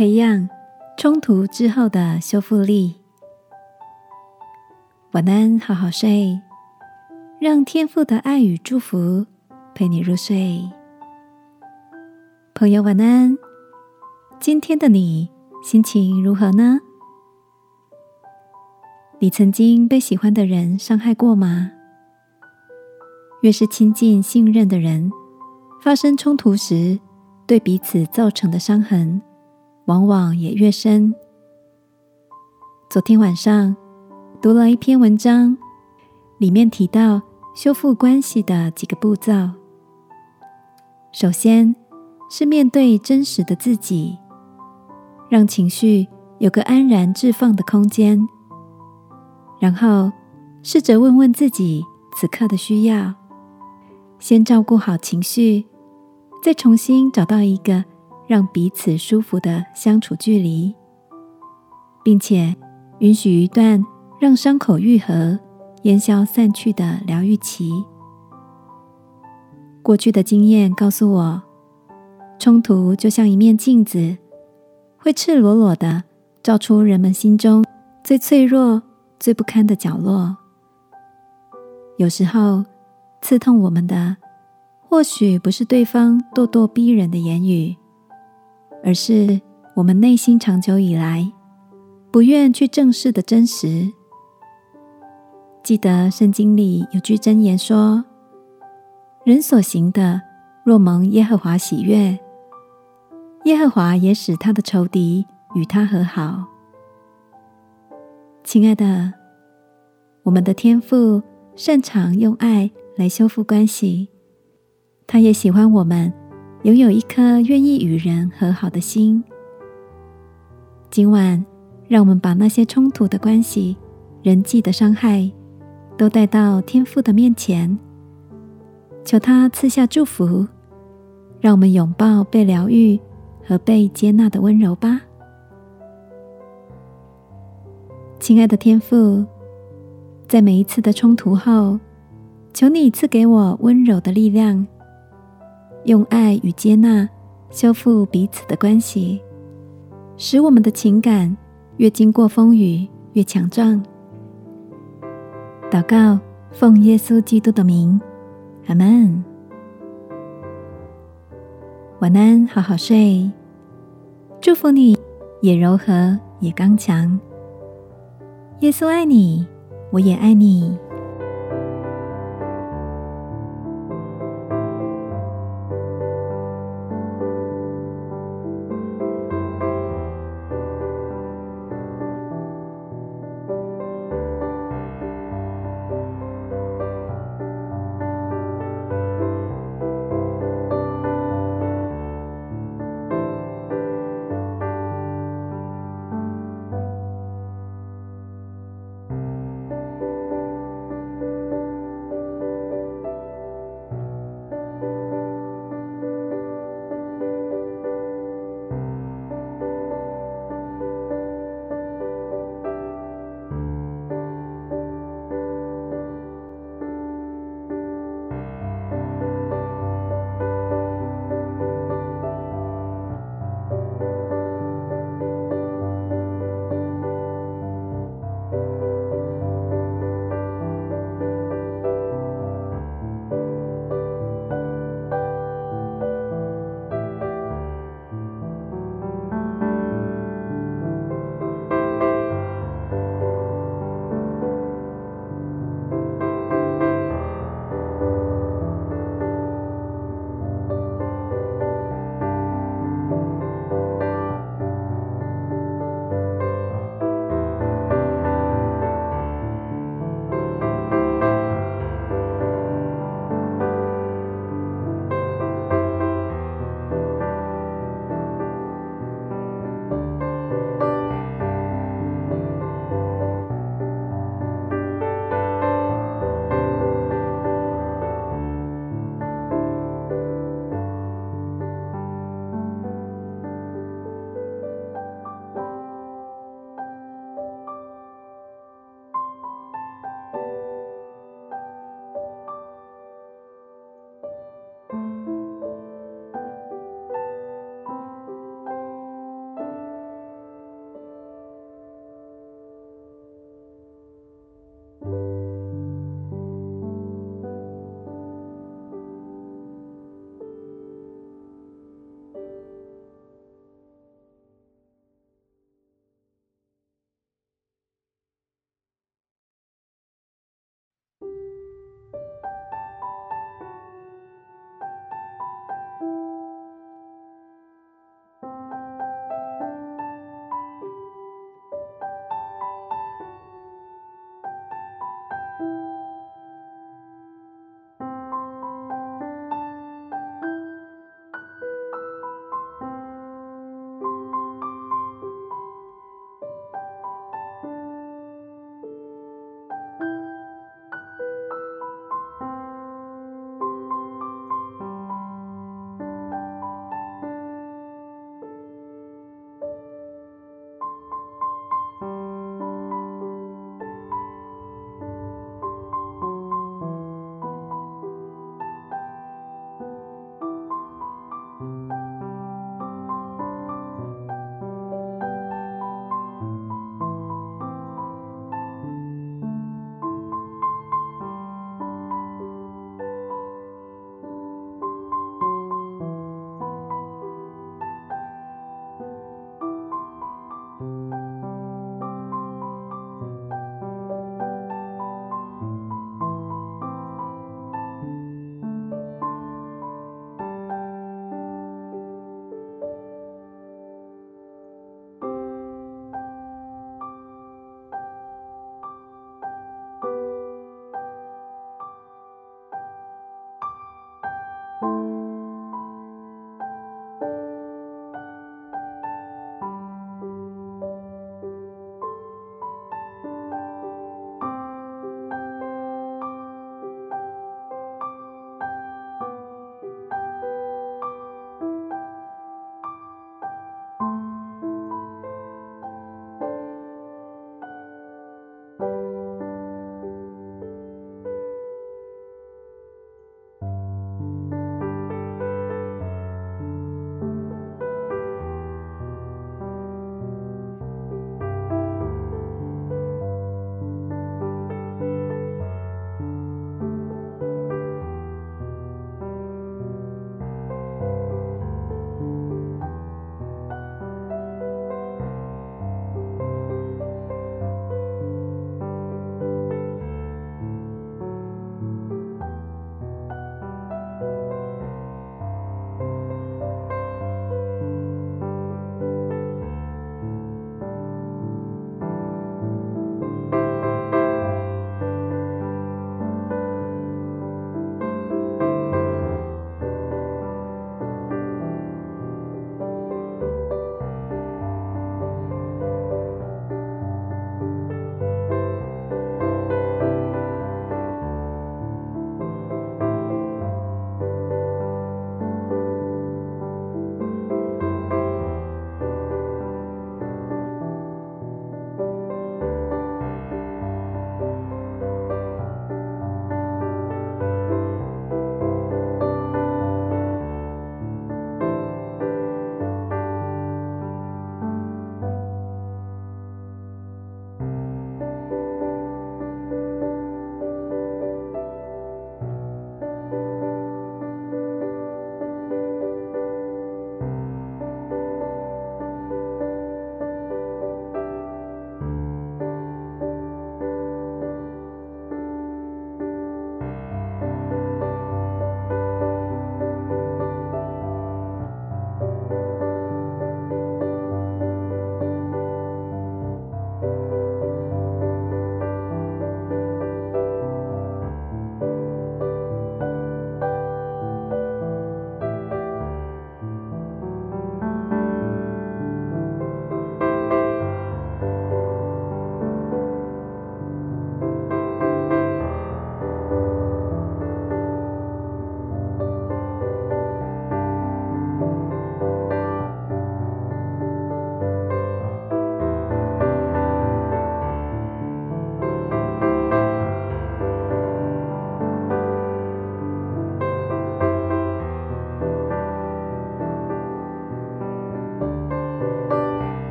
培养冲突之后的修复力。晚安，好好睡，让天父的爱与祝福陪你入睡。朋友晚安，今天的你心情如何呢？你曾经被喜欢的人伤害过吗？越是亲近信任的人，发生冲突时对彼此造成的伤痕往往也越深。昨天晚上读了一篇文章，里面提到修复关系的几个步骤。首先是面对真实的自己，让情绪有个安然置放的空间，然后试着问问自己此刻的需要，先照顾好情绪，再重新找到一个让彼此舒服的相处距离，并且允许一段让伤口愈合、烟消散去的疗愈期。过去的经验告诉我，冲突就像一面镜子，会赤裸裸地照出人们心中最脆弱、最不堪的角落。有时候，刺痛我们的，或许不是对方咄咄逼人的言语，而是我们内心长久以来不愿去正视的真实。记得圣经里有句箴言说，人所行的若蒙耶和华喜悦，耶和华也使他的仇敌与他和好。亲爱的，我们的天父擅长用爱来修复关系，他也喜欢我们拥有一颗愿意与人和好的心。今晚让我们把那些冲突的关系、人际的伤害都带到天父的面前，求他赐下祝福，让我们拥抱被疗愈和被接纳的温柔吧。亲爱的天父，在每一次的冲突后，求你赐给我温柔的力量，用爱与接纳修复彼此的关系，使我们的情感越经过风雨越强壮。祷告，奉耶稣基督的名，阿们。晚安，好好睡。祝福你也柔和也刚强。耶稣爱你，我也爱你。